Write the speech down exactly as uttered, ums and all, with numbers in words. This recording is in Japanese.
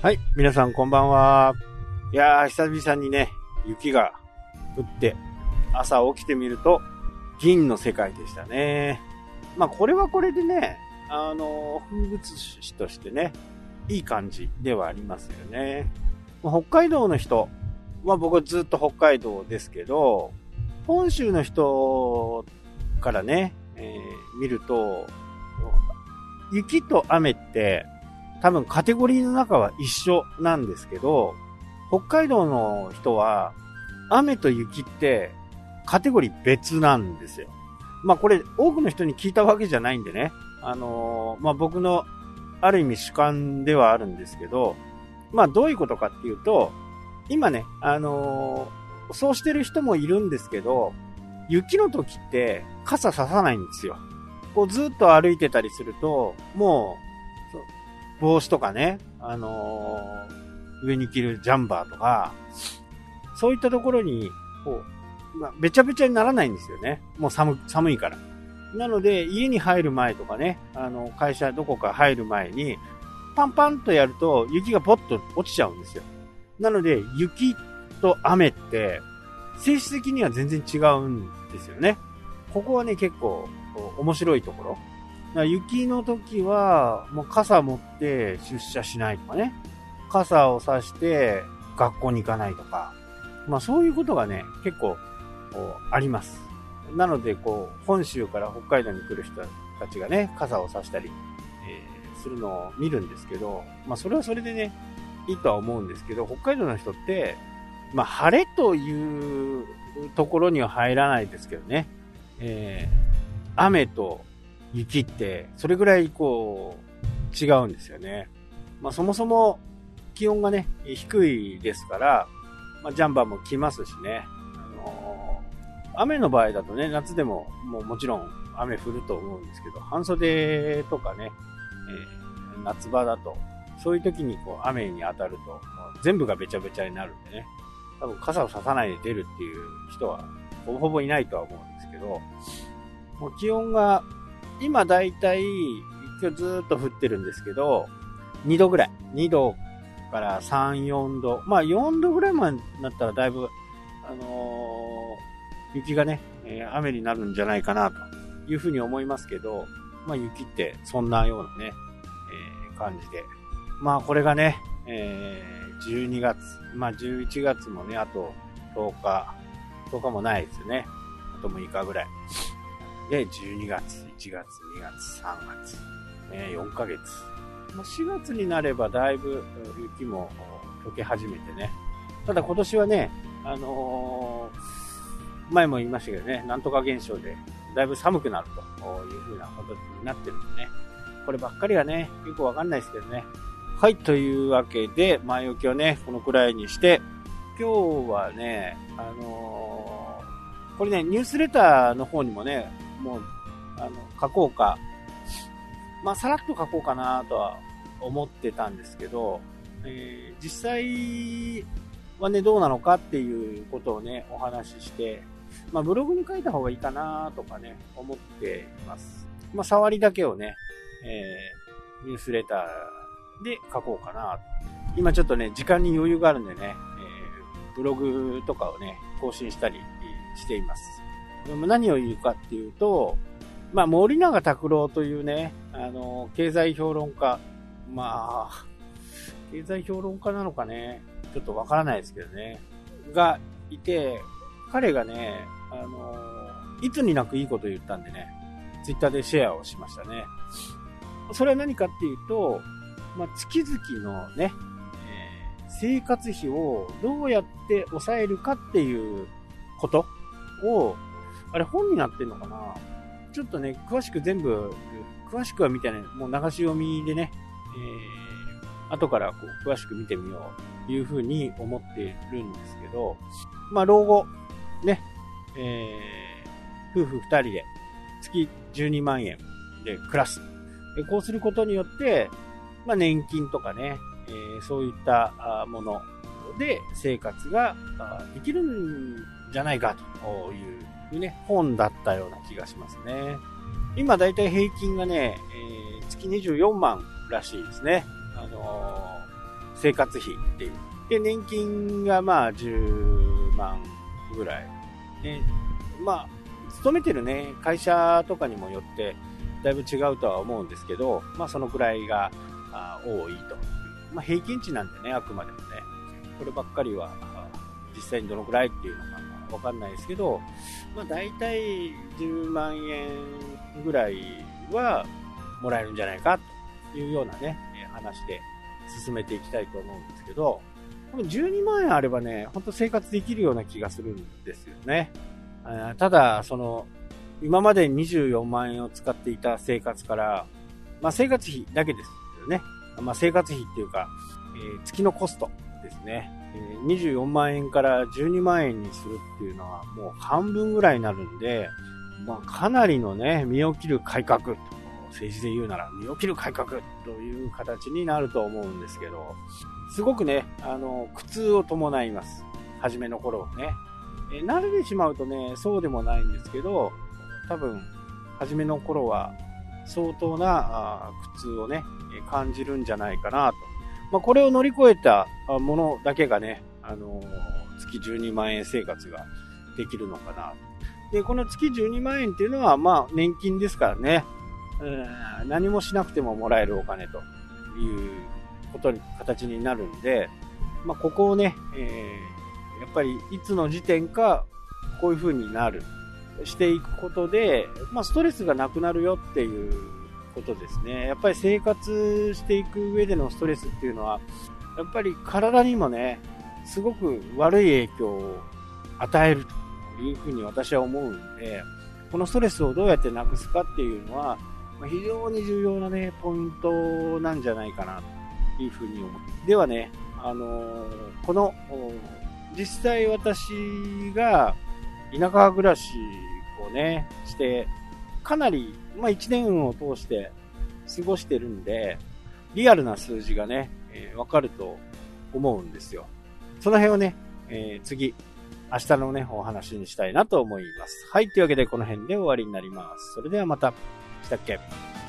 はい、皆さんこんばんは。いやー、久々にね、雪が降って、朝起きてみると、銀の世界でしたね。まあ、これはこれでね、あのー、風物詩としてね、いい感じではありますよね。まあ、北海道の人、まあ僕はずっと北海道ですけど、本州の人からね、えー、見ると、雪と雨って多分カテゴリーの中は一緒なんですけど、北海道の人は雨と雪ってカテゴリー別なんですよ。まあこれ多くの人に聞いたわけじゃないんでね、あのー、まあ僕のある意味主観ではあるんですけど、まあどういうことかっていうと、今ね、あのー、そうしてる人もいるんですけど、雪の時って傘ささないんですよ。こうずっと歩いてたりすると、もう、帽子とかね、あのー、上に着るジャンバーとか、そういったところに、こう、まあ、べちゃべちゃにならないんですよね。もう寒、寒いから。なので、家に入る前とかね、あの、会社どこか入る前に、パンパンとやると雪がポッと落ちちゃうんですよ。なので、雪と雨って、性質的には全然違うんですよね。ここはね、結構、面白いところ。雪の時は、もう傘持って出社しないとかね。傘を差して学校に行かないとか。まあそういうことがね、結構あります。なので、こう、本州から北海道に来る人たちがね、傘を差したり、えー、するのを見るんですけど、まあそれはそれでね、いいとは思うんですけど、北海道の人って、まあ晴れというところには入らないですけどね。えー雨と雪ってそれぐらいこう違うんですよね。まあそもそも気温がね低いですから、まあ、ジャンバーも着ますしね。あのー、雨の場合だとね夏でももうもちろん雨降ると思うんですけど、半袖とかね、えー、夏場だとそういう時にこう雨に当たるともう全部がべちゃべちゃになるんでね。多分傘を差さないで出るっていう人はほぼほぼいないとは思うんですけど。もう気温が、今だいたい、今日ずーっと降ってるんですけど、にどぐらい。にどからさん、よんど。まあよんどぐらいまでになったらだいぶ、あのー、雪がね、えー、雨になるんじゃないかなというふうに思いますけど、まあ雪ってそんなようなね、えー、感じで。まあこれがね、えー、じゅうにがつ、まあじゅういちがつもね、あととおか、とおかもないですよね。あとむいかぐらい。で、じゅうにがつ、いちがつ、にがつ、さんがつ、ね、よんかげつ。しがつになればだいぶ雪も溶け始めてね。ただ今年はね、あのー、前も言いましたけどね、なんとか現象でだいぶ寒くなるという風なことになってるんでね。こればっかりはね、よくわかんないですけどね。はい、というわけで、前置きをね、このくらいにして、今日はね、あのー、これね、ニュースレターの方にもね、もう、あの、書こうか。まあ、さらっと書こうかなとは思ってたんですけど、えー、実際はね、どうなのかっていうことをね、お話しして、まあ、ブログに書いた方がいいかなとかね、思っています。まあ、触りだけをね、えー、ニュースレターで書こうかなと。今ちょっとね、時間に余裕があるんでね、えー、ブログとかをね、更新したりしています。何を言うかっていうと、まあ、森永卓郎というね、あの、経済評論家、まあ、経済評論家なのかね、ちょっとわからないですけどね、がいて、彼がね、あの、いつになくいいことを言ったんでね、ツイッターでシェアをしましたね。それは何かっていうと、まあ、月々のね、えー、生活費をどうやって抑えるかっていうことを、あれ本になってんのかな？ちょっとね、詳しく全部、詳しくは見てない。もう流し読みでね、えー、後からこう詳しく見てみようというふうに思っているんですけど、まあ老後、ね、えー、夫婦二人で月じゅうにまんえんで暮らす。でこうすることによって、まあ年金とかね、えー、そういったもので生活ができるんじゃないかというね、本だったような気がしますね。今だいたい平均がね、えー、月にじゅうよんまんらしいですね。あのー、 生活費っていう。で、年金がまあじゅうまんぐらい。で、まあ、勤めてるね、会社とかにもよって、だいぶ違うとは思うんですけど、まあそのくらいが多いと。まあ平均値なんでね、あくまでもね。こればっかりは、実際にどのくらいっていうのがわかんないですけど、まあ大体じゅうまんえんぐらいはもらえるんじゃないかというようなね、話で進めていきたいと思うんですけど、じゅうにまんえんあればね、ほんと生活できるような気がするんですよね。ただ、その、今までにじゅうよんまんえんを使っていた生活から、まあ生活費だけですよね。まあ生活費っていうか、えー、月のコストですね。えー、にじゅうよんまんえんからじゅうにまんえんにするっていうのはもう半分ぐらいになるんで、まあかなりのね、身を切る改革と、政治で言うなら身を切る改革という形になると思うんですけど、すごくね、あの、苦痛を伴います。初めの頃はね。えー、慣れてしまうとね、そうでもないんですけど、多分、初めの頃は相当な苦痛をね、感じるんじゃないかなと。まあ、これを乗り越えたものだけがね、あのー、月じゅうにまんえん生活ができるのかな。で、この月じゅうにまんえんっていうのは、まあ、年金ですからね、うん、何もしなくてももらえるお金ということに、形になるんで、まあ、ここをね、えー、やっぱりいつの時点か、こういう風になる。していくことで、まあ、ストレスがなくなるよっていうことですね。やっぱり生活していく上でのストレスっていうのは、やっぱり体にもね、すごく悪い影響を与えるというふうに私は思うんで、このストレスをどうやってなくすかっていうのは、非常に重要なね、ポイントなんじゃないかなというふうに思う。ではね、あのー、この、実際私が田舎暮らしをね、して、かなり、まあ一年を通して過ごしてるんで、リアルな数字がね、えー、わかると思うんですよ。その辺をね、えー、次、明日のね、お話にしたいなと思います。はい、というわけでこの辺で終わりになります。それではまた。したっけ？